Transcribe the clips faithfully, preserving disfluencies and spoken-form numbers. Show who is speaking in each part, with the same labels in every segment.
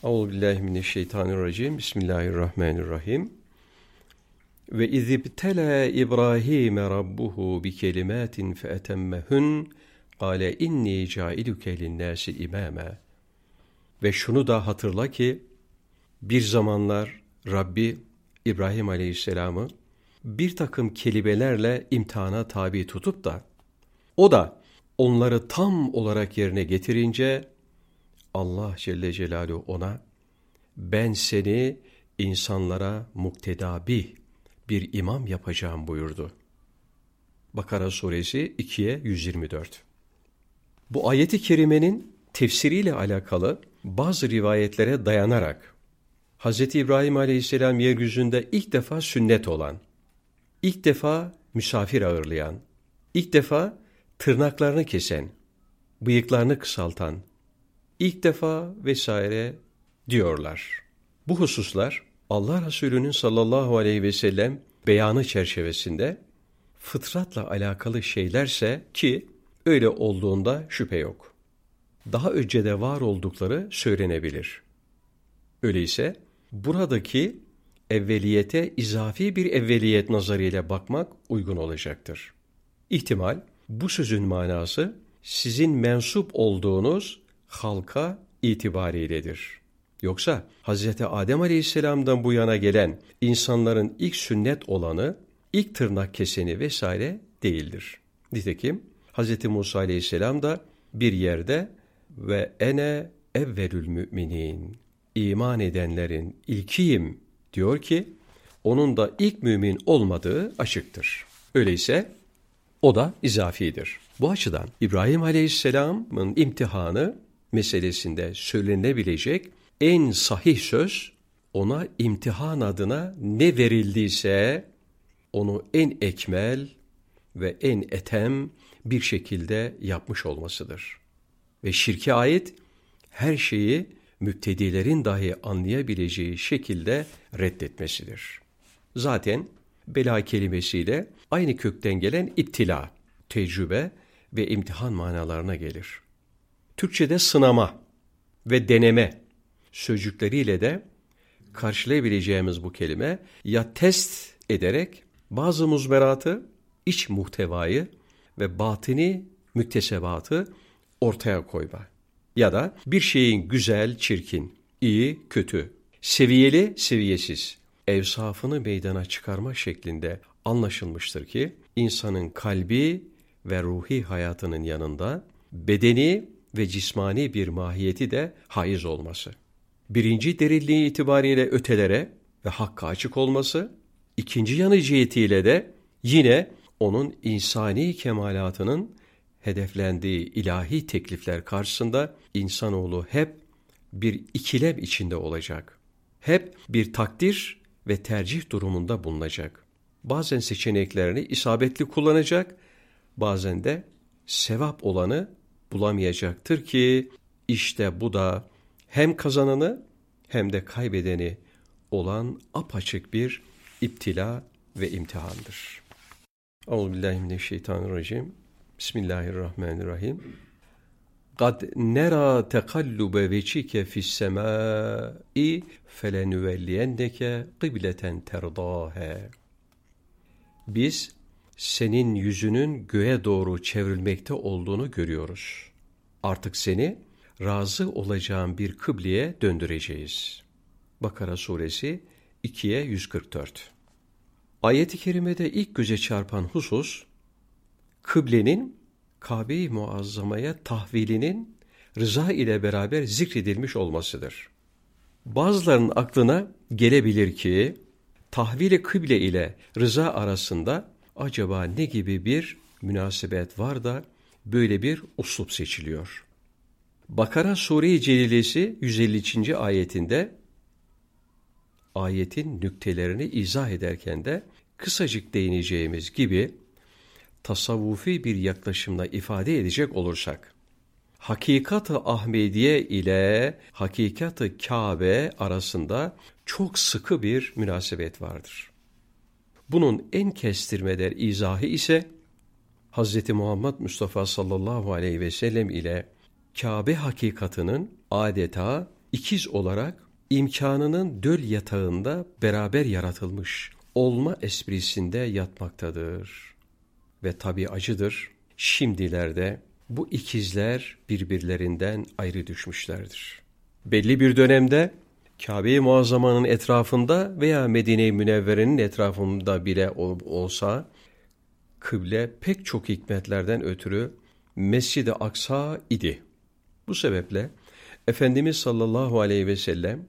Speaker 1: Euzubillahimineşşeytanirracim. Bismillahirrahmanirrahim. Ve izibtela İbrahime rabbuhu bi kelimatin fe etemmehun kâle inni câiluke linnâsi imâme. Ve şunu da hatırla ki bir zamanlar Rabbi İbrahim Aleyhisselam'ı bir takım kelimelerle imtihana tabi tutup da o da onları tam olarak yerine getirince Allah Celle Celaluhu ona ben seni insanlara muktedabih bir imam yapacağım buyurdu. Bakara suresi ikiye yüz yirmi dört. Bu ayeti kerimenin tefsiriyle alakalı bazı rivayetlere dayanarak Hz. İbrahim Aleyhisselam yeryüzünde ilk defa sünnet olan, ilk defa misafir ağırlayan, ilk defa tırnaklarını kesen, bıyıklarını kısaltan, ilk defa vesaire diyorlar. Bu hususlar Allah Resulü'nün sallallahu aleyhi ve sellem beyanı çerçevesinde fıtratla alakalı şeylerse ki öyle olduğunda şüphe yok. Daha önce de var oldukları söylenebilir. Öyleyse buradaki evveliyete izafi bir evveliyet nazarıyla bakmak uygun olacaktır. İhtimal bu sözün manası sizin mensup olduğunuz halka itibariyledir. Yoksa Hz. Adem Aleyhisselam'dan bu yana gelen insanların ilk sünnet olanı, ilk tırnak keseni vesaire değildir. Nitekim Hz. Musa Aleyhisselam da bir yerde ve ene evvelül müminin, iman edenlerin ilkiyim diyor ki onun da ilk mümin olmadığı açıktır. Öyleyse o da izafidir. Bu açıdan İbrahim Aleyhisselam'ın imtihanı meselesinde söylenebilecek en sahih söz ona imtihan adına ne verildiyse onu en ekmel ve en etem bir şekilde yapmış olmasıdır. Ve şirke ait her şeyi müptedilerin dahi anlayabileceği şekilde reddetmesidir. Zaten bela kelimesiyle aynı kökten gelen iptila, tecrübe ve imtihan manalarına gelir. Türkçe'de sınama ve deneme sözcükleriyle de karşılayabileceğimiz bu kelime ya test ederek bazı muzmeratı, iç muhtevayı ve batini müktesebatı ortaya koyma ya da bir şeyin güzel, çirkin, iyi, kötü, seviyeli, seviyesiz evsafını meydana çıkarma şeklinde anlaşılmıştır ki insanın kalbi ve ruhi hayatının yanında bedeni ve cismani bir mahiyeti de haiz olması. Birinci derinliği itibariyle ötelere ve hakka açık olması, ikinci yanı cihetiyle de yine onun insani kemalatının hedeflendiği ilahi teklifler karşısında insanoğlu hep bir ikilem içinde olacak. Hep bir takdir ve tercih durumunda bulunacak. Bazen seçeneklerini isabetli kullanacak, bazen de sevap olanı bulamayacaktır ki işte bu da hem kazananı hem de kaybedeni olan apaçık bir iptila ve imtihandır. Euzubillahimineşşeytanirracim. Bismillahirrahmanirrahim. Kad nera tekallube vecike fissemâi felenüvelliyenneke kıbleten terdâhe. Biz senin yüzünün göğe doğru çevrilmekte olduğunu görüyoruz. Artık seni razı olacağın bir kıbleye döndüreceğiz. Bakara suresi ikiye yüz kırk dört. Ayet-i kerimede ilk göze çarpan husus, kıblenin Kabe-i Muazzama'ya tahvilinin rıza ile beraber zikredilmiş olmasıdır. Bazılarının aklına gelebilir ki, tahvil-i kıble ile rıza arasında acaba ne gibi bir münasebet var da böyle bir uslup seçiliyor? Bakara Sure-i Celilesi yüz elli üçüncü ayetinde ayetin nüktelerini izah ederken de kısacık değineceğimiz gibi tasavvufi bir yaklaşımla ifade edecek olursak, hakikat-ı Ahmediye ile hakikat-ı Kabe arasında çok sıkı bir münasebet vardır. Bunun en kestirmeder izahı ise Hz. Muhammed Mustafa sallallahu aleyhi ve sellem ile Kabe hakikatının adeta ikiz olarak imkanının döl yatağında beraber yaratılmış olma esprisinde yatmaktadır. Ve tabii acıdır, şimdilerde bu ikizler birbirlerinden ayrı düşmüşlerdir. Belli bir dönemde Kabe-i Muazzama'nın etrafında veya Medine-i Münevvere'nin etrafında bile olsa, kıble pek çok hikmetlerden ötürü Mescid-i Aksa idi. Bu sebeple Efendimiz sallallahu aleyhi ve sellem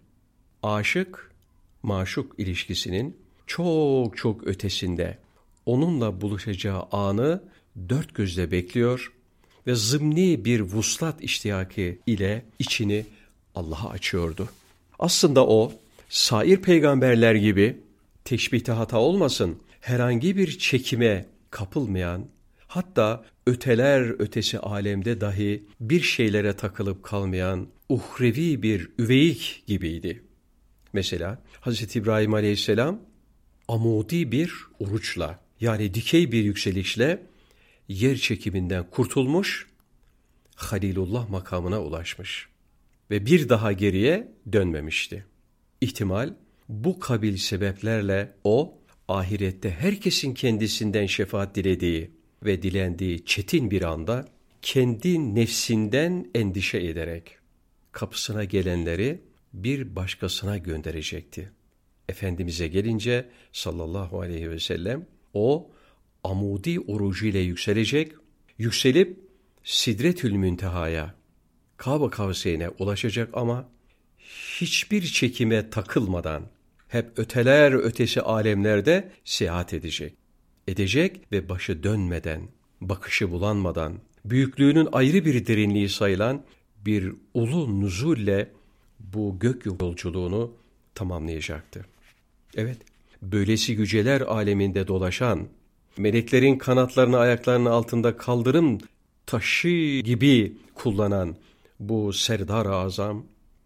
Speaker 1: aşık maşuk ilişkisinin çok çok ötesinde onunla buluşacağı anı dört gözle bekliyor ve zımni bir vuslat iştiyakı ile içini Allah'a açıyordu. Aslında o, sair peygamberler gibi, teşbihte hata olmasın, herhangi bir çekime kapılmayan, hatta öteler ötesi alemde dahi bir şeylere takılıp kalmayan uhrevi bir üveyik gibiydi. Mesela Hazreti İbrahim Aleyhisselam amudi bir oruçla, yani dikey bir yükselişle yer çekiminden kurtulmuş, Halilullah makamına ulaşmış ve bir daha geriye dönmemişti. İhtimal bu kabil sebeplerle o, ahirette herkesin kendisinden şefaat dilediği ve dilendiği çetin bir anda kendi nefsinden endişe ederek kapısına gelenleri bir başkasına gönderecekti. Efendimiz'e gelince sallallahu aleyhi ve sellem o amudi orucu ile yükselecek, yükselip Sidretül Münteha'ya, Kâb-ı Kavseyn'e ulaşacak ama hiçbir çekime takılmadan hep öteler ötesi alemlerde seyahat edecek. Edecek ve başı dönmeden, bakışı bulanmadan, büyüklüğünün ayrı bir derinliği sayılan bir ulu nuzulle bu gök yolculuğunu tamamlayacaktı. Evet, böylesi yüceler aleminde dolaşan, meleklerin kanatlarını ayaklarının altında kaldırım taşı gibi kullanan bu Serdar-ı Azam,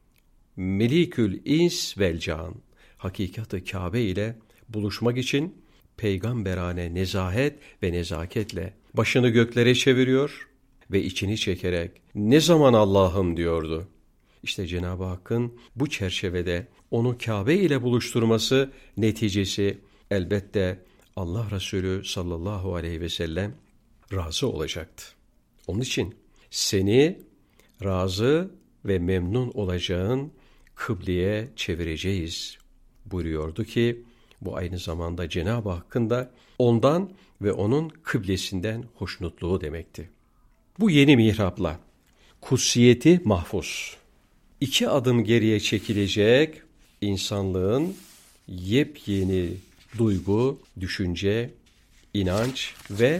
Speaker 1: Melikül İns vel Can, hakikati Kabe ile buluşmak için peygamberane nezahet ve nezaketle başını göklere çeviriyor ve içini çekerek "Ne zaman Allah'ım?" diyordu. İşte Cenab-ı Hakk'ın bu çerçevede onu Kabe ile buluşturması neticesi elbette Allah Resulü sallallahu aleyhi ve sellem razı olacaktı. Onun için seni razı ve memnun olacağın kıbleye çevireceğiz buyuruyordu ki bu aynı zamanda Cenab-ı Hakk'ın da ondan ve onun kıblesinden hoşnutluğu demekti. Bu yeni mihrapla kutsiyeti mahfuz, iki adım geriye çekilecek insanlığın yepyeni duygu, düşünce, inanç ve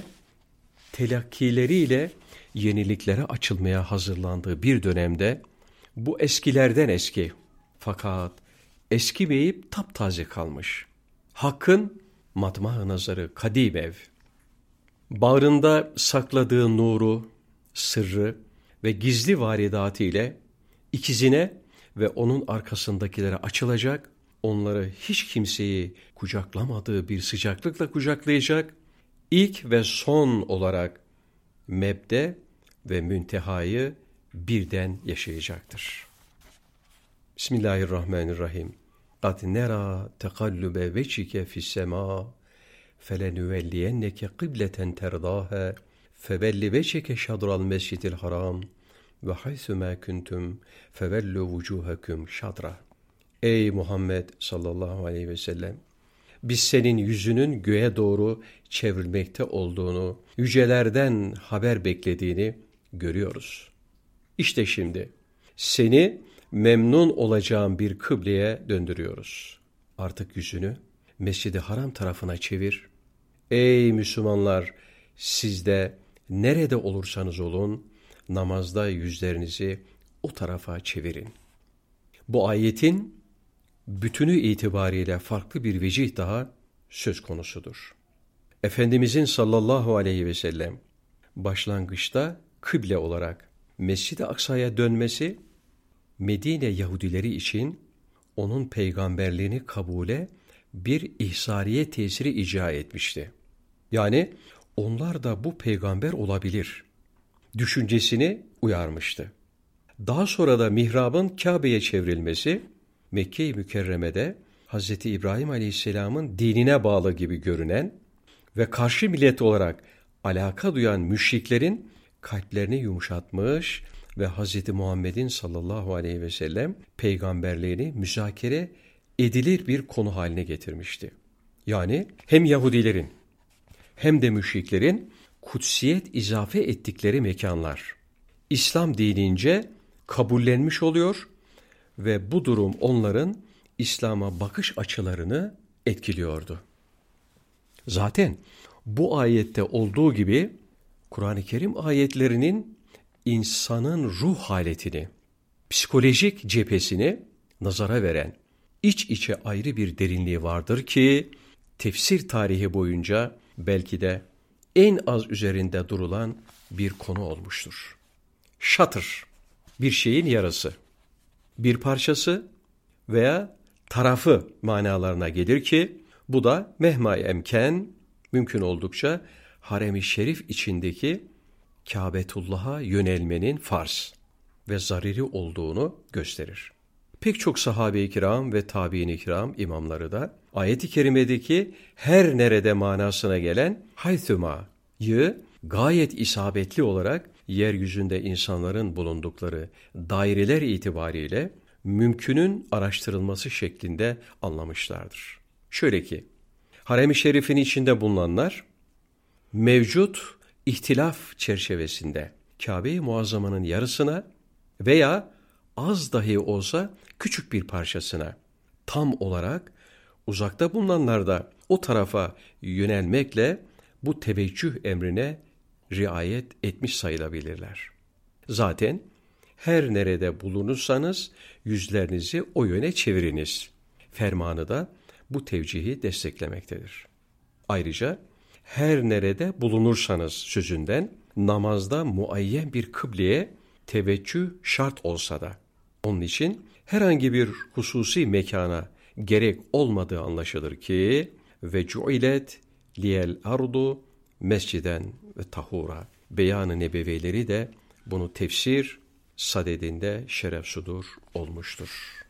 Speaker 1: telakkileriyle yeniliklere açılmaya hazırlandığı bir dönemde bu eskilerden eski fakat eskimeyip taptaze kalmış Hakk'ın matmah-ı nazarı kadim ev, bağrında sakladığı nuru, sırrı ve gizli varidatı ile ikizine ve onun arkasındakilere açılacak, onları hiç kimseyi kucaklamadığı bir sıcaklıkla kucaklayacak, ilk ve son olarak mebde ve müntehayı birden yaşayacaktır. Bismillahirrahmanirrahim. قَدْ نَرَى تَقَلُّبَ وَجْهِكَ فِي السَّمَاءِ فَلَنُوَلِّيَنَّكَ قِبْلَةً تَرْضَاهَا فَوَلِّ وَجْهَكَ شَطْرَ الْمَسْجِدِ الْحَرَامِ وَحَيْثُ مَا كُنْتُمْ فَوَلُّوا وُجُوهَكُمْ شَطْرَهُ. Ey Muhammed sallallahu aleyhi ve sellem! Biz senin yüzünün göğe doğru çevrilmekte olduğunu, yücelerden haber beklediğini görüyoruz. İşte şimdi seni memnun olacağın bir kıbleye döndürüyoruz. Artık yüzünü Mescid-i Haram tarafına çevir. Ey Müslümanlar! Siz de nerede olursanız olun, namazda yüzlerinizi o tarafa çevirin. Bu ayetin bütünü itibariyle farklı bir vecih daha söz konusudur. Efendimizin sallallahu aleyhi ve sellem başlangıçta kıble olarak Mescid-i Aksa'ya dönmesi, Medine Yahudileri için onun peygamberliğini kabule bir ihsariye tesiri icra etmişti. Yani onlar da bu peygamber olabilir düşüncesini uyarmıştı. Daha sonra da mihrabın Kabe'ye çevrilmesi, Mekke-i Mükerreme'de Hz. İbrahim Aleyhisselam'ın dinine bağlı gibi görünen ve karşı millet olarak alaka duyan müşriklerin kalplerini yumuşatmış ve Hz. Muhammed'in sallallahu aleyhi ve sellem peygamberliğini müzakere edilir bir konu haline getirmişti. Yani hem Yahudilerin hem de müşriklerin kutsiyet izafe ettikleri mekanlar İslam dinince kabullenmiş oluyor ve bu durum onların İslam'a bakış açılarını etkiliyordu. Zaten bu ayette olduğu gibi Kur'an-ı Kerim ayetlerinin insanın ruh haletini, psikolojik cephesini nazara veren iç içe ayrı bir derinliği vardır ki tefsir tarihi boyunca belki de en az üzerinde durulan bir konu olmuştur. Şatır, bir şeyin yarısı, bir parçası veya tarafı manalarına gelir ki bu da mehma emken, mümkün oldukça harem-i şerif içindeki Kâbetullah'a yönelmenin farz ve zaruri olduğunu gösterir. Pek çok sahabe-i kiram ve tabi'in-i kiram imamları da ayet-i kerimedeki her nerede manasına gelen haythuma'yı gayet isabetli olarak yeryüzünde insanların bulundukları daireler itibariyle mümkünün araştırılması şeklinde anlamışlardır. Şöyle ki, harem-i şerifin içinde bulunanlar mevcut ihtilaf çerçevesinde Kabe-i Muazzama'nın yarısına veya az dahi olsa küçük bir parçasına tam olarak uzakta bulunanlar da o tarafa yönelmekle bu teveccüh emrine riayet etmiş sayılabilirler. Zaten her nerede bulunursanız yüzlerinizi o yöne çeviriniz fermanı da bu tevcihi desteklemektedir. Ayrıca her nerede bulunursanız sözünden namazda muayyen bir kıbleye teveccüh şart olsa da onun için herhangi bir hususi mekana gerek olmadığı anlaşılır ki ve cuilet liyel ardu mesciden ve tahura beyanı nebevileri de bunu tefsir sadedinde şeref sudur olmuştur.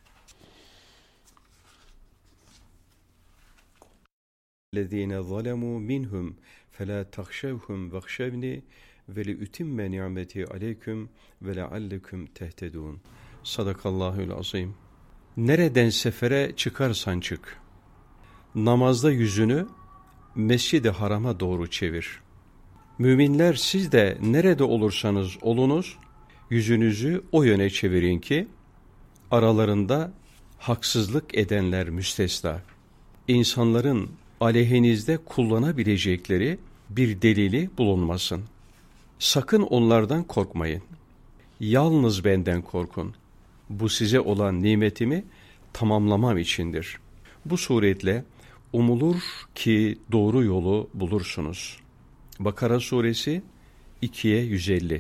Speaker 2: الذين ظلموا منهم فلا تخشوهم واخشوني ولأتم نعمتي عليكم ولعلكم تهتدون.
Speaker 1: Sadakallahül azim. Nereden sefere çıkarsan çık, namazda yüzünü Mescid-i Haram'a doğru çevir. Müminler siz de nerede olursanız olunuz, yüzünüzü o yöne çevirin ki, aralarında haksızlık edenler müstesna, insanların aleyhinizde kullanabilecekleri bir delili bulunmasın. Sakın onlardan korkmayın. Yalnız benden korkun. Bu size olan nimetimi tamamlamam içindir. Bu suretle umulur ki doğru yolu bulursunuz. Bakara suresi ikiye yüz elli.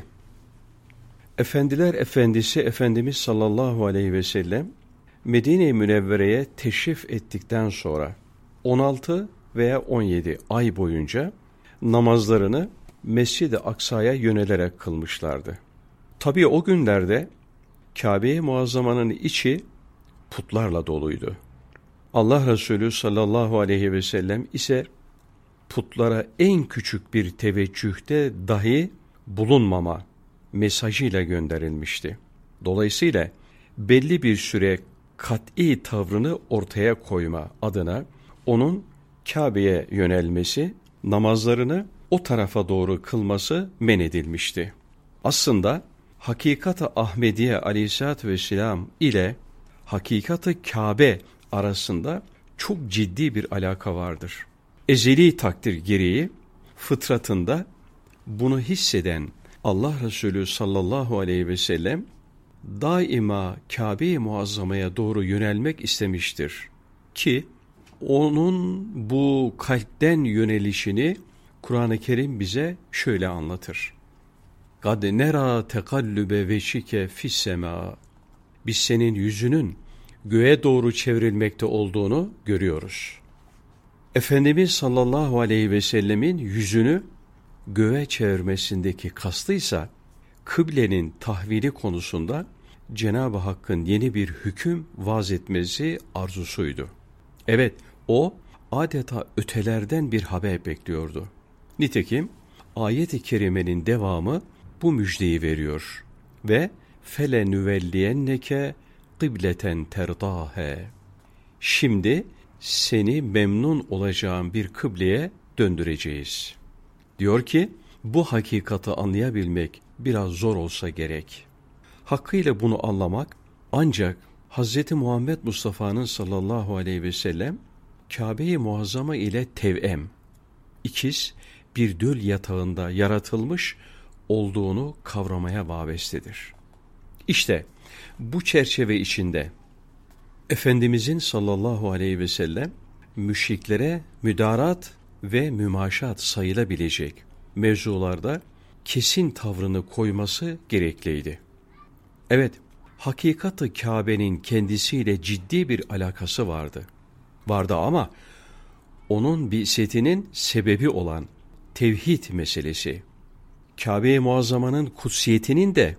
Speaker 1: Efendiler Efendisi Efendimiz sallallahu aleyhi ve sellem Medine-i Münevvere'ye teşrif ettikten sonra on altı veya on yedi ay boyunca namazlarını Mescid-i Aksa'ya yönelerek kılmışlardı. Tabii o günlerde Kabe-i Muazzama'nın içi putlarla doluydu. Allah Resulü sallallahu aleyhi ve sellem ise putlara en küçük bir teveccühte dahi bulunmama mesajıyla gönderilmişti. Dolayısıyla belli bir süre kat'i tavrını ortaya koyma adına onun Kabe'ye yönelmesi, namazlarını o tarafa doğru kılması men edilmişti. Aslında Hakikat-ı Ahmediye aleyhissalatü vesselam ile Hakikat-ı Kabe arasında çok ciddi bir alaka vardır. Ezeli takdir gereği fıtratında bunu hisseden Allah Resulü sallallahu aleyhi ve sellem daima Kabe-i Muazzama'ya doğru yönelmek istemiştir ki onun bu kalpten yönelişini Kur'an-ı Kerim bize şöyle anlatır. قَدْ نَرَى تَقَلُّبَ وَشِكَ فِي السَّمَاءِ Biz senin yüzünün göğe doğru çevrilmekte olduğunu görüyoruz. Efendimiz sallallahu aleyhi ve sellemin yüzünü göğe çevirmesindeki kastıysa kıblenin tahvili konusunda Cenab-ı Hakk'ın yeni bir hüküm vaz etmesi arzusuydu. Evet, o adeta ötelerden bir haber bekliyordu. Nitekim ayet-i kerimenin devamı bu müjdeyi veriyor ve fele nüvelliyenneke kıbleten terdâhe. Şimdi seni memnun olacağın bir kıbleye döndüreceğiz. Diyor ki, bu hakikati anlayabilmek biraz zor olsa gerek. Hakkıyla bunu anlamak ancak Hz. Muhammed Mustafa'nın sallallahu aleyhi ve sellem Kabe-i Muazzama ile tevem, ikiz bir döl yatağında yaratılmış olduğunu kavramaya vabestedir. İşte bu çerçeve içinde Efendimizin sallallahu aleyhi ve sellem müşriklere müdarat ve mümaşat sayılabilecek mevzularda kesin tavrını koyması gerekliydi. Evet, hakikat-ı Kabe'nin kendisiyle ciddi bir alakası vardı. Vardı ama onun bi'setinin sebebi olan tevhid meselesi, Kabe-i Muazzama'nın kutsiyetinin de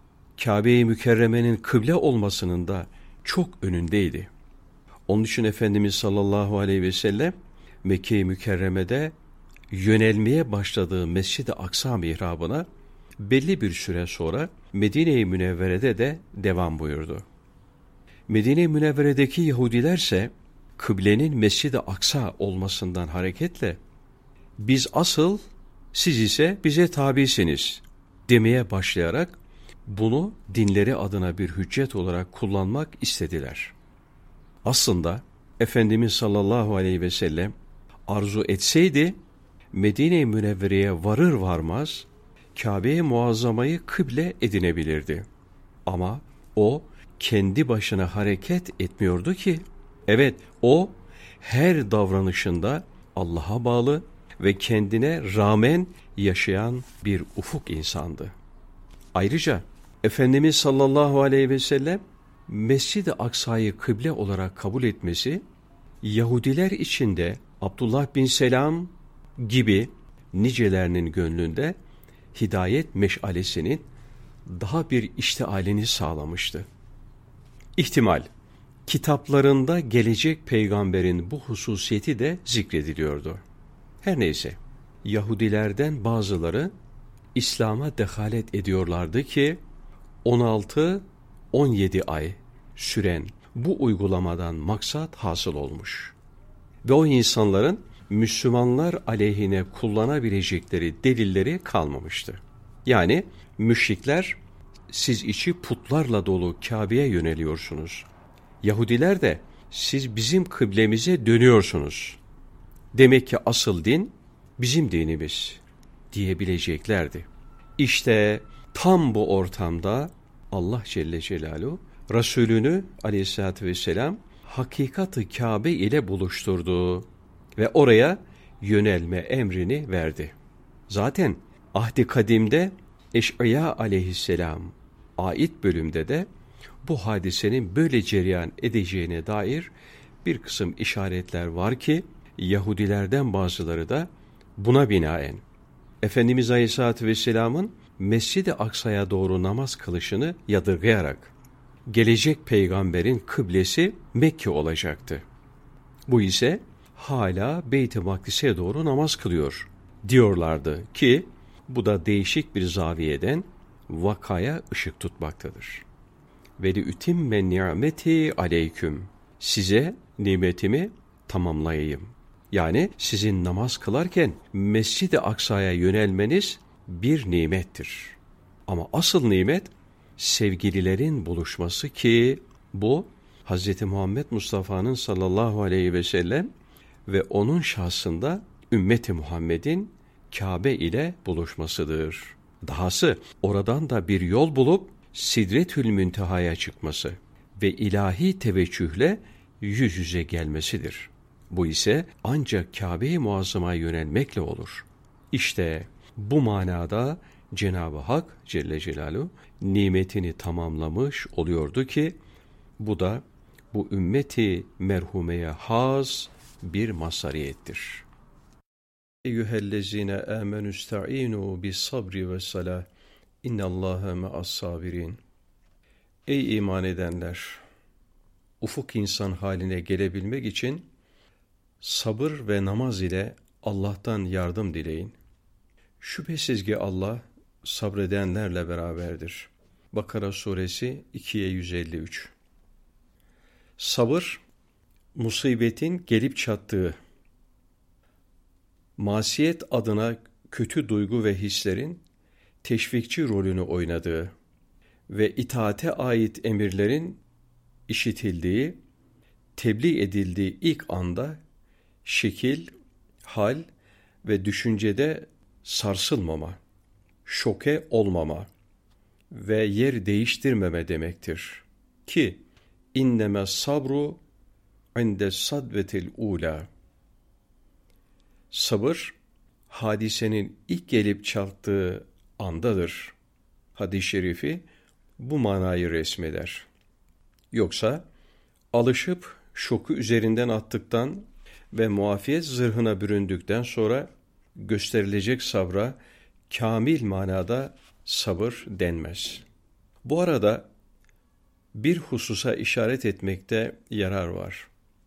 Speaker 1: Kabe-i Mükerreme'nin kıble olmasının da çok önündeydi. Onun için Efendimiz sallallahu aleyhi ve sellem Mekke-i Mükerreme'de yönelmeye başladığı Mescid-i Aksa mihrabına belli bir süre sonra Medine-i Münevvere'de de devam buyurdu. Medine-i Münevvere'deki Yahudilerse kıblenin Mescid-i Aksa olmasından hareketle biz asıl, siz ise bize tabisiniz demeye başlayarak bunu dinleri adına bir hüccet olarak kullanmak istediler. Aslında Efendimiz sallallahu aleyhi ve sellem arzu etseydi Medine-i Münevvere'ye varır varmaz Kabe-i Muazzama'yı kıble edinebilirdi. Ama o kendi başına hareket etmiyordu ki. Evet, o her davranışında Allah'a bağlı ve kendine rağmen yaşayan bir ufuk insandı. Ayrıca Efendimiz sallallahu aleyhi ve sellem Mescid-i Aksa'yı kıble olarak kabul etmesi, Yahudiler içinde Abdullah bin Selam gibi nicelerinin gönlünde hidayet meşalesinin daha bir iştialini sağlamıştı. İhtimal, kitaplarında gelecek peygamberin bu hususiyeti de zikrediliyordu. Her neyse, Yahudilerden bazıları İslam'a dehalet ediyorlardı ki on altı on yedi ay süren bu uygulamadan maksat hasıl olmuş. Ve o insanların Müslümanlar aleyhine kullanabilecekleri delilleri kalmamıştı. Yani müşrikler, siz içi putlarla dolu Kabe'ye yöneliyorsunuz. Yahudiler de siz bizim kıblemize dönüyorsunuz. Demek ki asıl din bizim dinimiz diyebileceklerdi. İşte tam bu ortamda Allah Celle Celaluhu Resulünü aleyhissalatü vesselam hakikat-ı Kabe ile buluşturdu ve oraya yönelme emrini verdi. Zaten Ahd-i Kadim'de Eş'ya aleyhisselam ait bölümde de bu hadisenin böyle cereyan edeceğine dair bir kısım işaretler var ki Yahudilerden bazıları da buna binaen Efendimiz Aleyhisselatü Vesselam'ın Mescid-i Aksa'ya doğru namaz kılışını yadırgayarak gelecek peygamberin kıblesi Mekke olacaktı. Bu ise hala Beyt-i Makdis'e doğru namaz kılıyor diyorlardı ki bu da değişik bir zaviyeden vakaya ışık tutmaktadır. Ve li ütimme ni'meti aleyküm. Size nimetimi tamamlayayım. Yani sizin namaz kılarken Mescid-i Aksa'ya yönelmeniz bir nimettir. Ama asıl nimet sevgililerin buluşması ki bu Hz. Muhammed Mustafa'nın sallallahu aleyhi ve sellem ve onun şahsında ümmeti Muhammed'in Kabe ile buluşmasıdır. Dahası oradan da bir yol bulup Sidretül Münteha'ya çıkması ve ilahi teveccühle yüz yüze gelmesidir. Bu ise ancak Kabe-i Muazzama'ya yönelmekle olur. İşte bu manada Cenab-ı Hak Celle Celaluhu nimetini tamamlamış oluyordu ki bu da bu ümmeti merhumeye has bir mazhariyettir. Eyyühellezine amenüsta'inu bis sabri ve salah innallâhe me'as sabirin. Ey iman edenler! Ufuk insan haline gelebilmek için sabır ve namaz ile Allah'tan yardım dileyin. Şüphesiz ki Allah sabredenlerle beraberdir. Bakara suresi ikiye yüz elli üç. Sabır, musibetin gelip çattığı, masiyet adına kötü duygu ve hislerin teşvikçi rolünü oynadığı ve itaate ait emirlerin işitildiği, tebliğ edildiği ilk anda şekil, hal ve düşüncede sarsılmama, şoke olmama ve yer değiştirmeme demektir. Ki inneme sabru inde sadvetil ula. Sabır, hadisenin ilk gelip çattığı andadır. Hadis-i şerifi bu manayı resmeder. Yoksa alışıp şoku üzerinden attıktan ve muafiyet zırhına büründükten sonra gösterilecek sabra kamil manada sabır denmez. Bu arada bir hususa işaret etmekte yarar var.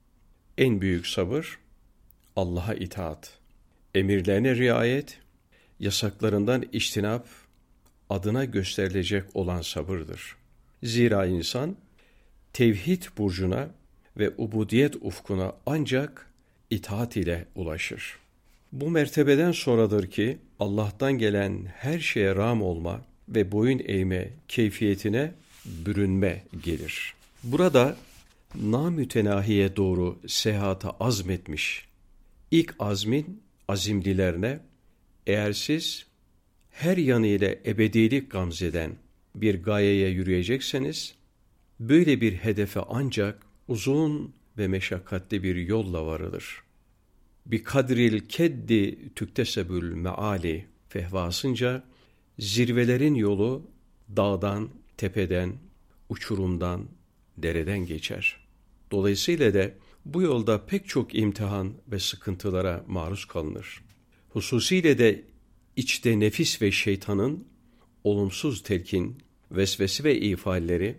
Speaker 1: En büyük sabır Allah'a itaat, emirlerine riayet, yasaklarından içtinap adına gösterilecek olan sabırdır. Zira insan tevhid burcuna ve ubudiyet ufkuna ancak itaat ile ulaşır. Bu mertebeden sonradır ki Allah'tan gelen her şeye rağm olma ve boyun eğme keyfiyetine bürünme gelir. Burada namütenahiye doğru seyahata azmetmiş ilk azmin azimlilerine, eğer siz her yanıyla ebedilik gamzeden bir gayeye yürüyecekseniz, böyle bir hedefe ancak uzun ve meşakkatli bir yolla varılır. Bi kadril keddi tüktesebül meali fehvasınca zirvelerin yolu dağdan, tepeden, uçurumdan, dereden geçer. Dolayısıyla da bu yolda pek çok imtihan ve sıkıntılara maruz kalınır. Hususiyle de içte nefis ve şeytanın olumsuz telkin, vesvese ve ifalleri,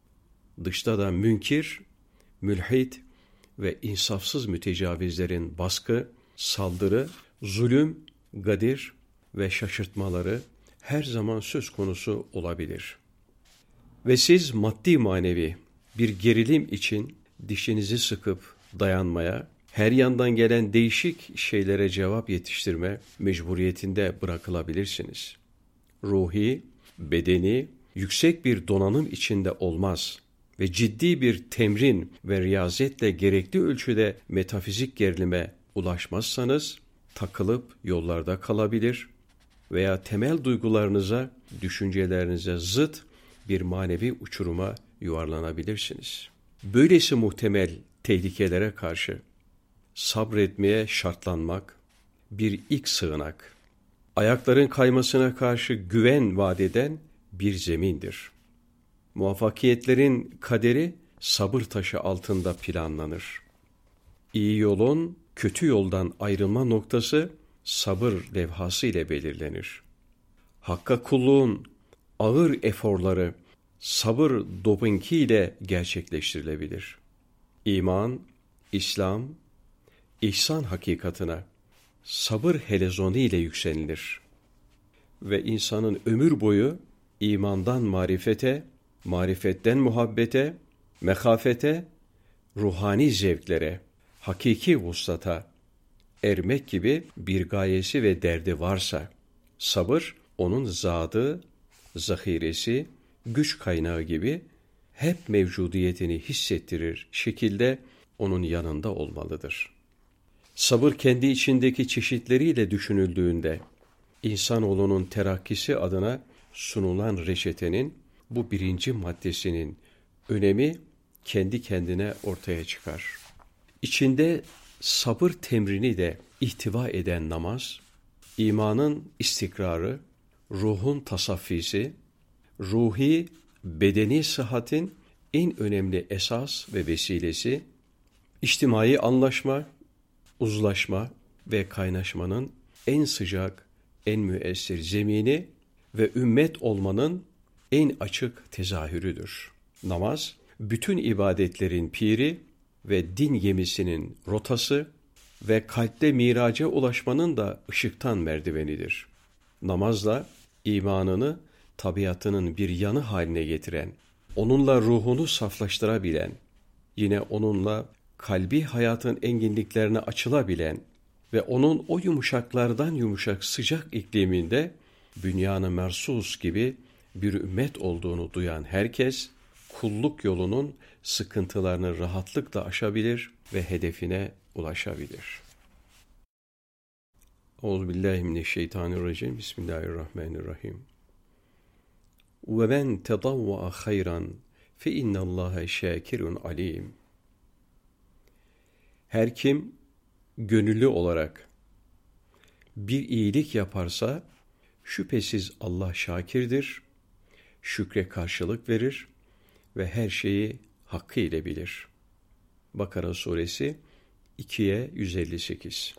Speaker 1: dışta da münkir, mülhid ve insafsız mütecavizlerin baskı, saldırı, zulüm, gadir ve şaşırtmaları her zaman söz konusu olabilir. Ve siz maddi manevi bir gerilim için dişinizi sıkıp dayanmaya, her yandan gelen değişik şeylere cevap yetiştirme mecburiyetinde bırakılabilirsiniz. Ruhi, bedeni yüksek bir donanım içinde olmaz ve ciddi bir temrin ve riyazetle gerekli ölçüde metafizik gerilime ulaşmazsanız takılıp yollarda kalabilir veya temel duygularınıza, düşüncelerinize zıt bir manevi uçuruma yuvarlanabilirsiniz. Böylesi muhtemel tehlikelere karşı sabretmeye şartlanmak bir ilk sığınak, ayakların kaymasına karşı güven vaat eden bir zemindir. Muvaffakiyetlerin kaderi sabır taşı altında planlanır. İyi yolun kötü yoldan ayrılma noktası sabır levhası ile belirlenir. Hakka kulluğun ağır eforları sabır dopinki ile gerçekleştirilebilir. İman, İslam, ihsan hakikatına sabır helezonu ile yükselilir. Ve insanın ömür boyu imandan marifete, marifetten muhabbete, mekafete, ruhani zevklere, hakiki vuslata ermek gibi bir gayesi ve derdi varsa, sabır onun zadı, zahiresi, güç kaynağı gibi hep mevcudiyetini hissettirir şekilde onun yanında olmalıdır. Sabır kendi içindeki çeşitleriyle düşünüldüğünde, insanoğlunun terakkisi adına sunulan reçetenin bu birinci maddesinin önemi kendi kendine ortaya çıkar. İçinde sabır temrini de ihtiva eden namaz, imanın istikrarı, ruhun tasaffisi, ruhi, bedeni sıhhatin en önemli esas ve vesilesi, içtimai anlaşma, uzlaşma ve kaynaşmanın en sıcak, en müessir zemini ve ümmet olmanın en açık tezahürüdür. Namaz, bütün ibadetlerin piri ve din gemisinin rotası ve kalpte miraca ulaşmanın da ışıktan merdivenidir. Namazla imanını tabiatının bir yanı haline getiren, onunla ruhunu saflaştırabilen, yine onunla kalbi hayatın enginliklerine açılabilen ve onun o yumuşaklardan yumuşak sıcak ikliminde bünyan-ı mersus gibi bir ümmet olduğunu duyan herkes, kulluk yolunun sıkıntılarını rahatlıkla aşabilir ve hedefine ulaşabilir. Euzubillahimineşşeytanirracim. Bismillahirrahmanirrahim. Ve men tedavva hayran fe innallaha şakirun alim. Her kim gönüllü olarak bir iyilik yaparsa şüphesiz Allah şakirdir, şükre karşılık verir ve her şeyi hakkıyla bilir. Bakara suresi ikiye yüz elli sekiz.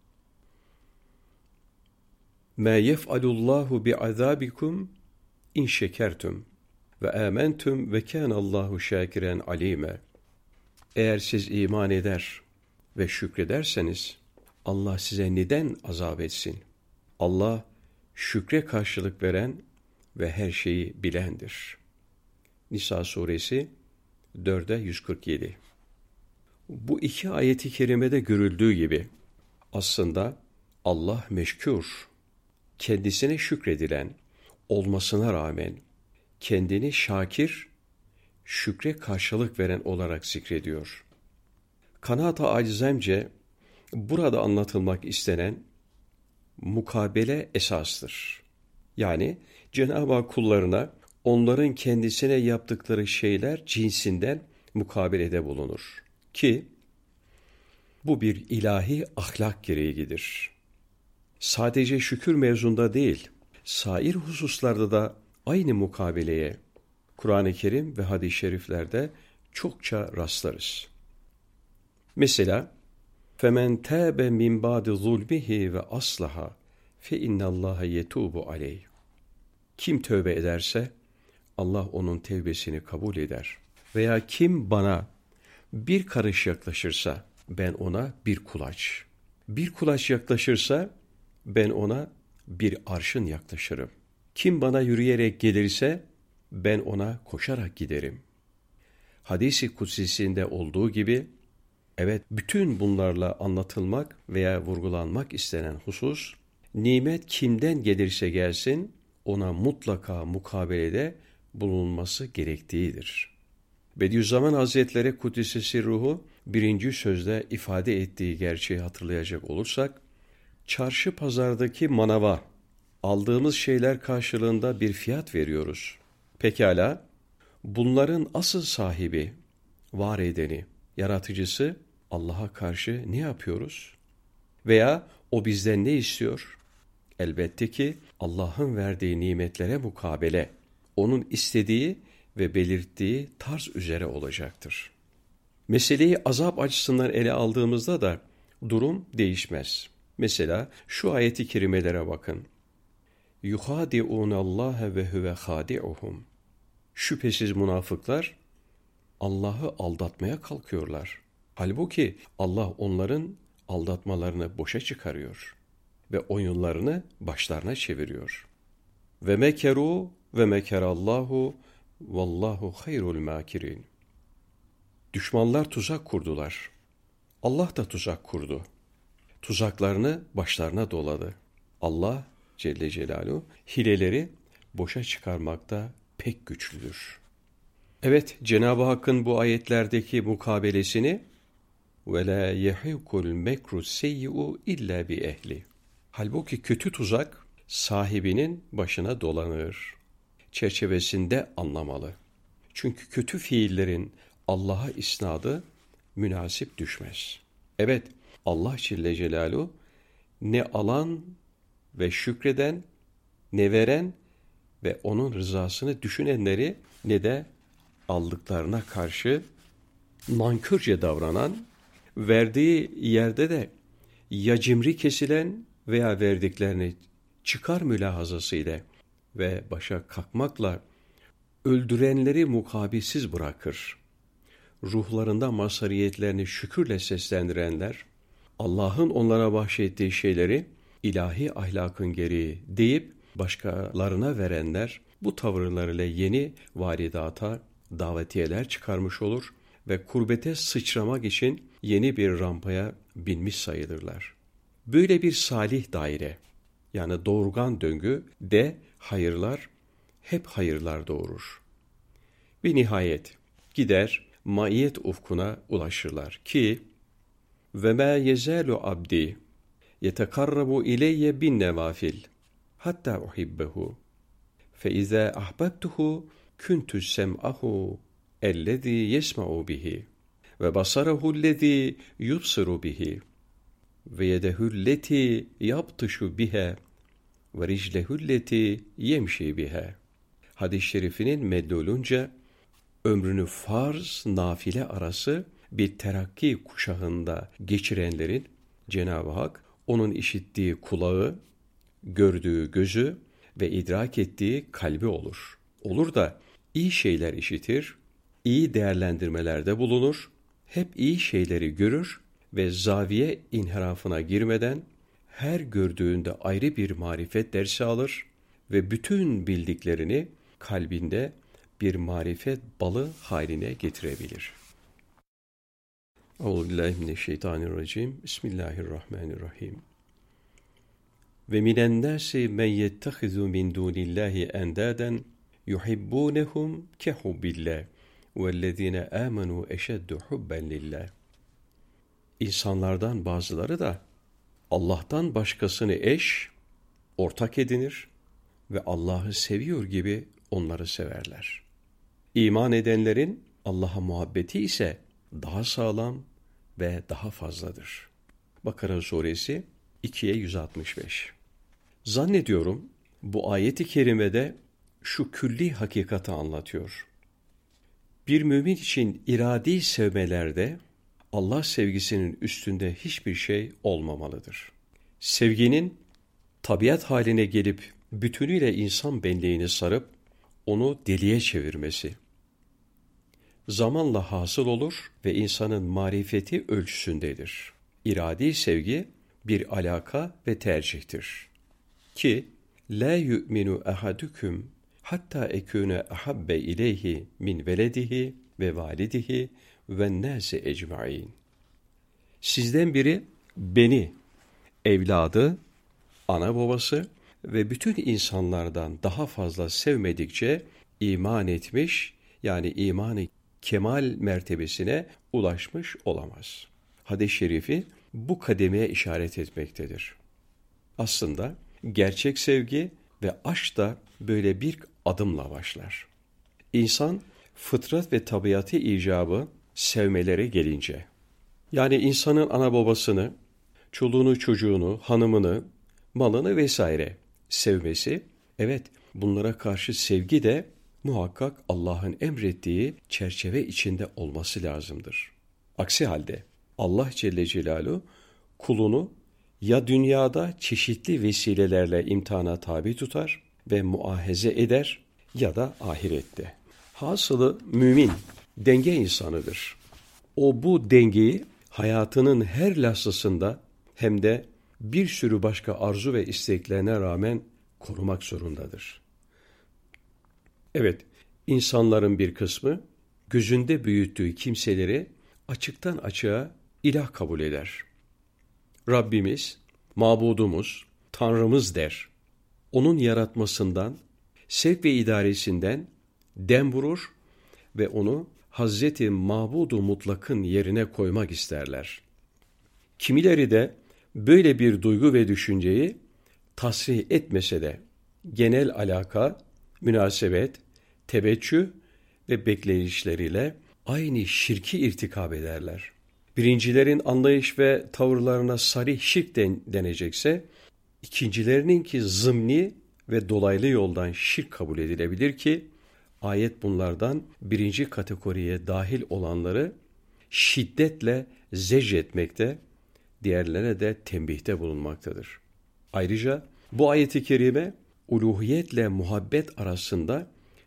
Speaker 1: Ma yef'alullahu bi'azabikum in şekertum ve amentum ve kânallahu şakiren alîme. Eğer siz iman eder ve şükrederseniz Allah size neden azap etsin? Allah şükre karşılık veren ve her şeyi bilendir. Nisa suresi dörde yüz kırk yedi. Bu iki ayeti kerimede görüldüğü gibi aslında Allah meşkûr, kendisine şükredilen olmasına rağmen kendini şakir, şükre karşılık veren olarak zikrediyor. Kanaat-ı acizemce burada anlatılmak istenen mukabele esastır. Yani Cenab-ı Hak kullarına onların kendisine yaptıkları şeyler cinsinden mukabelede bulunur. Ki bu bir ilahi ahlak gereğidir. Sadece şükür mevzunda değil, sair hususlarda da aynı mukabeleye Kur'an-ı Kerim ve hadis-i şeriflerde çokça rastlarız. Mesela فَمَنْ تَابَ مِنْ بَعْدِ ظُلْمِهِ وَأَصْلَحَ فَاِنَّ اللّٰهَ يَتُوبُ عَلَيْهِ. Kim tövbe ederse Allah onun tevbesini kabul eder. Veya kim bana bir karış yaklaşırsa ben ona bir kulaç, bir kulaç yaklaşırsa ben ona bir arşın yaklaşırım. Kim bana yürüyerek gelirse ben ona koşarak giderim. Hadis-i kutsisinde olduğu gibi, evet, bütün bunlarla anlatılmak veya vurgulanmak istenen husus, nimet kimden gelirse gelsin, ona mutlaka mukabelede bulunması gerektiğidir. Bediüzzaman Hazretleri Kuddise Sirruhu birinci sözde ifade ettiği gerçeği hatırlayacak olursak, çarşı pazardaki manava aldığımız şeyler karşılığında bir fiyat veriyoruz. Pekala, bunların asıl sahibi, var edeni, yaratıcısı Allah'a karşı ne yapıyoruz? Veya o bizden ne istiyor? Elbette ki Allah'ın verdiği nimetlere mukabele, onun istediği ve belirttiği tarz üzere olacaktır. Meseleyi azap açısından ele aldığımızda da durum değişmez. Mesela şu ayeti kerimelere bakın. يُخَادِعُونَ اللّٰهَ وَهُوَ خَادِعُهُمْ. Şüphesiz münafıklar Allah'ı aldatmaya kalkıyorlar. Halbuki Allah onların aldatmalarını boşa çıkarıyor ve oyunlarını başlarına çeviriyor. Ve mekeru ve mekerallahu vallahu hayrul makirin. Düşmanlar tuzak kurdular. Allah da tuzak kurdu. Tuzaklarını başlarına doladı. Allah Celle Celaluhu hileleri boşa çıkarmakta pek güçlüdür. Evet, Cenab-ı Hakk'ın bu ayetlerdeki mukabelesini وَلَا يَحِقُ الْمَكْرُ السَّيِّئُ اِلَّا بِاَهْلِ. Halbuki kötü tuzak sahibinin başına dolanır çerçevesinde anlamalı. Çünkü kötü fiillerin Allah'a isnadı münasip düşmez. Evet, Allah Celle Celaluhu ne alan ve şükreden, ne veren ve onun rızasını düşünenleri ne de aldıklarına karşı nankörce davranan, verdiği yerde de ya cimri kesilen veya verdiklerini çıkar mülahazasıyla ve başa kalkmakla öldürenleri mukabilsiz bırakır. Ruhlarında mazhariyetlerini şükürle seslendirenler, Allah'ın onlara bahşettiği şeyleri ilahi ahlakın gereği deyip başkalarına verenler, bu tavırlarıyla yeni varidata davetiyeler çıkarmış olur ve kurbete sıçramak için yeni bir rampaya binmiş sayılırlar. Böyle bir salih daire, yani doğurgan döngü de hayırlar, hep hayırlar doğurur. Ve nihayet gider maiyet ufkuna ulaşırlar ki ve ma yezalu abdi yetekarrabu ileyye bin nevafil hatta uhibbehu fe iza ahbabtuhu kuntu sem'ahu ellezî yesma'u bihi ve basarahu ellezî yubsiru bihi ve yedehulleti yaptışu biha ve riclehulleti yemşi biha. Hadis-i şerifinin meddolunca ömrünü farz, nafile arası bir terakki kuşağında geçirenlerin Cenab-ı Hak onun işittiği kulağı, gördüğü gözü ve idrak ettiği kalbi olur. Olur da iyi şeyler işitir, iyi değerlendirmelerde bulunur, hep iyi şeyleri görür ve zaviye inhirafına girmeden her gördüğünde ayrı bir marifet dersi alır ve bütün bildiklerini kalbinde bir marifet balı haline getirebilir. Euzubillahimineşşeytanirracim. Bismillahirrahmanirrahim. Ve minen nâsi men yettehizu min dûnillâhi endâden yuhibbûnehum kehubbillah vellezîne âmenû eşeddu hubben lillah. İnsanlardan bazıları da Allah'tan başkasını eş, ortak edinir ve Allah'ı seviyor gibi onları severler. İman edenlerin Allah'a muhabbeti ise daha sağlam ve daha fazladır. Bakara suresi ikiye yüz altmış beş. Zannediyorum bu ayet-i kerimede şu külli hakikati anlatıyor. Bir mümin için iradi sevmelerde Allah sevgisinin üstünde hiçbir şey olmamalıdır. Sevginin tabiat haline gelip bütünüyle insan benliğini sarıp onu deliye çevirmesi zamanla hasıl olur ve insanın marifeti ölçüsündedir. İradi sevgi bir alaka ve tercihtir. Ki la yu'minu ahadukum hatta ekune ahabbe ileyhi min veledihi ve validihi ve nâsi ecmaîn. Sizden biri beni, evladı, ana babası ve bütün insanlardan daha fazla sevmedikçe iman etmiş, yani imanı kemal mertebesine ulaşmış olamaz. Hadis-i şerifi bu kademeye işaret etmektedir. Aslında gerçek sevgi ve aşk da böyle bir adımla başlar. İnsan fıtrat ve tabiatı icabı sevmelere gelince, yani insanın ana babasını, çoluğunu çocuğunu, hanımını, malını vesaire sevmesi, evet bunlara karşı sevgi de muhakkak Allah'ın emrettiği çerçeve içinde olması lazımdır. Aksi halde Allah Celle Celaluhu kulunu ya dünyada çeşitli vesilelerle imtihana tabi tutar ve muahize eder ya da ahirette. Hasılı mümin denge insanıdır. O bu dengeyi hayatının her lahzasında hem de bir sürü başka arzu ve isteklerine rağmen korumak zorundadır. Evet, insanların bir kısmı gözünde büyüttüğü kimseleri açıktan açığa ilah kabul eder. Rabbimiz, mabudumuz, Tanrımız der. Onun yaratmasından, sevk ve idaresinden dem vurur ve onu Hazreti Mabudu Mutlak'ın yerine koymak isterler. Kimileri de böyle bir duygu ve düşünceyi tasrih etmese de genel alaka, münasebet, teveccüh ve bekleyişleriyle aynı şirki irtikab ederler. Birincilerin anlayış ve tavırlarına sarih şirk den- denecekse, ikincilerininki zımni ve dolaylı yoldan şirk kabul edilebilir ki, ayet bunlardan birinci kategoriye dahil olanları şiddetle zecretmekte, diğerlerine de tembihte bulunmaktadır. Ayrıca bu ayet-i kerime uluhiyetle muhabbet arasında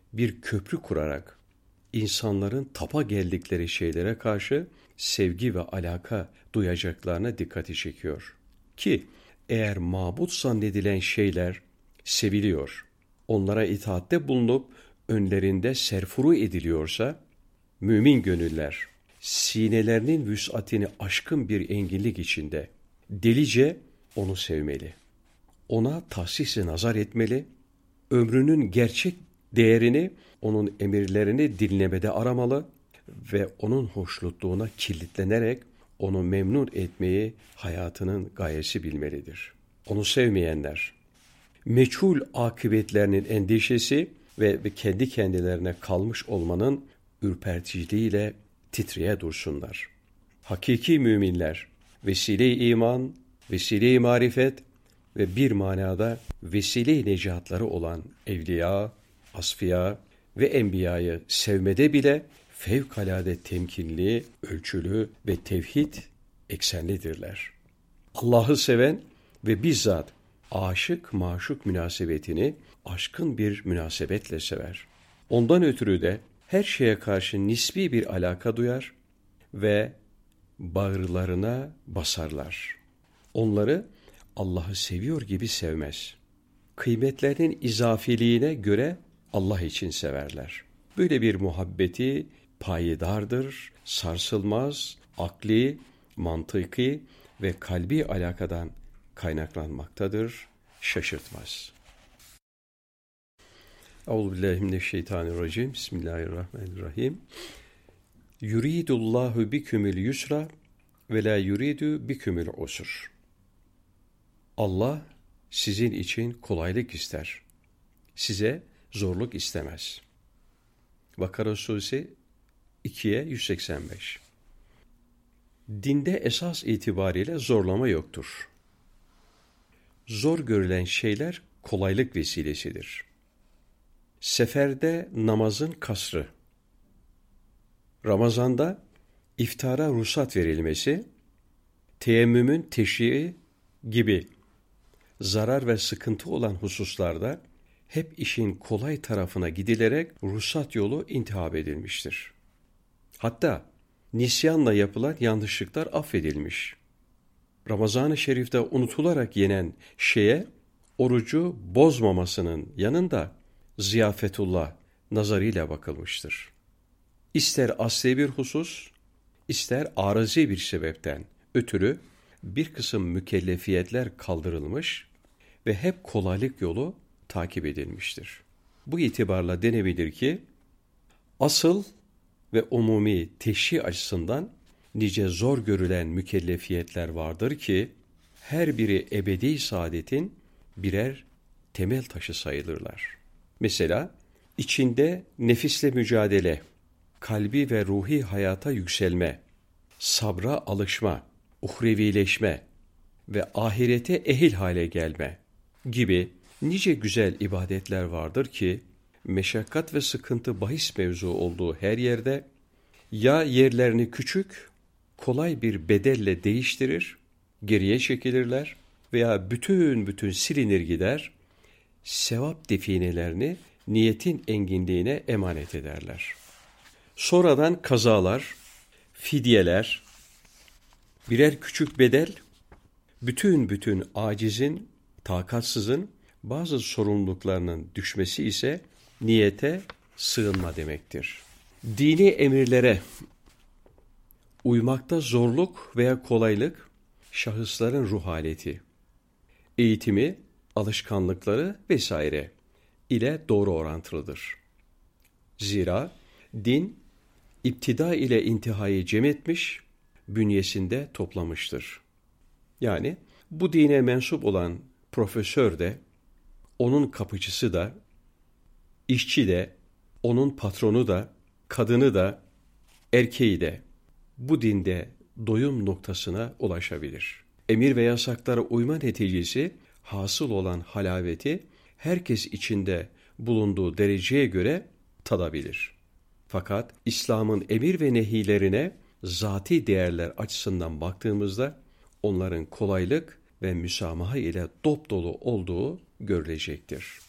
Speaker 1: bir köprü kurarak insanların tapa geldikleri şeylere karşı sevgi ve alaka duyacaklarına dikkati çekiyor. Ki eğer mabut zannedilen şeyler seviliyor, onlara itaatte bulunup önlerinde serfuru ediliyorsa, mümin gönüller sinelerinin vüs'atini aşkın bir enginlik içinde delice onu sevmeli. Ona tahsis-i nazar etmeli, ömrünün gerçek değerini, onun emirlerini dinlemede aramalı ve onun hoşnutluğuna kilitlenerek onu memnun etmeyi hayatının gayesi bilmelidir. Onu sevmeyenler, meçhul akıbetlerinin endişesi ve kendi kendilerine kalmış olmanın ürperticiliğiyle titreye dursunlar. Hakiki müminler, vesile-i iman, vesile-i marifet ve bir manada vesile-i necatları olan evliya, asfiya ve enbiyayı sevmede bile fevkalade temkinli, ölçülü ve tevhid eksenlidirler. Allah'ı seven ve bizzat aşık maşuk münasebetini aşkın bir münasebetle sever. Ondan ötürü de her şeye karşı nisbi bir alaka duyar ve bağırlarına basarlar. Onları Allah'ı seviyor gibi sevmez. Kıymetlerinin izafiliğine göre Allah için severler. Böyle bir muhabbeti payidardır, sarsılmaz, akli, mantıki ve kalbi alakadan kaynaklanmaktadır, şaşırtmaz. Euzubillahimineşşeytanirracim. Bismillahirrahmanirrahim. Yuridullahu bikümül yusra ve la yuridu bikümül usr. Allah sizin için kolaylık ister. Size zorluk istemez. Bakara Suresi ikiye yüz seksen beş. Dinde esas itibariyle zorlama yoktur. Zor görülen şeyler kolaylık vesilesidir. Seferde namazın kasrı, Ramazanda iftara ruhsat verilmesi, teyemmümün teşrii gibi zarar ve sıkıntı olan hususlarda hep işin kolay tarafına gidilerek ruhsat yolu intihab edilmiştir. Hatta nisyanla yapılan yanlışlıklar affedilmiş. Ramazan-ı Şerif'te unutularak yenen şeye orucu bozmamasının yanında ziyafetullah nazarıyla bakılmıştır. İster asli bir husus, ister arızi bir sebepten ötürü bir kısım mükellefiyetler kaldırılmış ve hep kolaylık yolu takip edilmiştir. Bu itibarla denebilir ki, asıl ve umumi teşri açısından nice zor görülen mükellefiyetler vardır ki, her biri ebedi saadetin birer temel taşı sayılırlar. Mesela, içinde nefisle mücadele, kalbi ve ruhi hayata yükselme, sabra alışma, uhrevileşme ve ahirete ehil hale gelme gibi nice güzel ibadetler vardır ki, meşakkat ve sıkıntı bahis mevzu olduğu her yerde, ya yerlerini küçük, kolay bir bedelle değiştirir, geriye çekilirler veya bütün bütün silinir gider, sevap definelerini niyetin enginliğine emanet ederler. Sonradan kazalar, fidyeler, birer küçük bedel, bütün bütün acizin, takatsızın bazı sorumluluklarının düşmesi ise niyete sığınma demektir. Dini emirlere uymakta zorluk veya kolaylık, şahısların ruh haleti, eğitimi, alışkanlıkları vesaire ile doğru orantılıdır. Zira din, iptida ile intihayı cem etmiş, bünyesinde toplamıştır. Yani bu dine mensup olan profesör de, onun kapıcısı da, işçi de, onun patronu da, kadını da, erkeği de bu dinde doyum noktasına ulaşabilir. Emir ve yasaklara uyma neticesi hasıl olan halaveti herkes içinde bulunduğu dereceye göre tadabilir. Fakat İslam'ın emir ve nehilerine zati değerler açısından baktığımızda onların kolaylık ve müsamaha ile dopdolu olduğu görülecektir.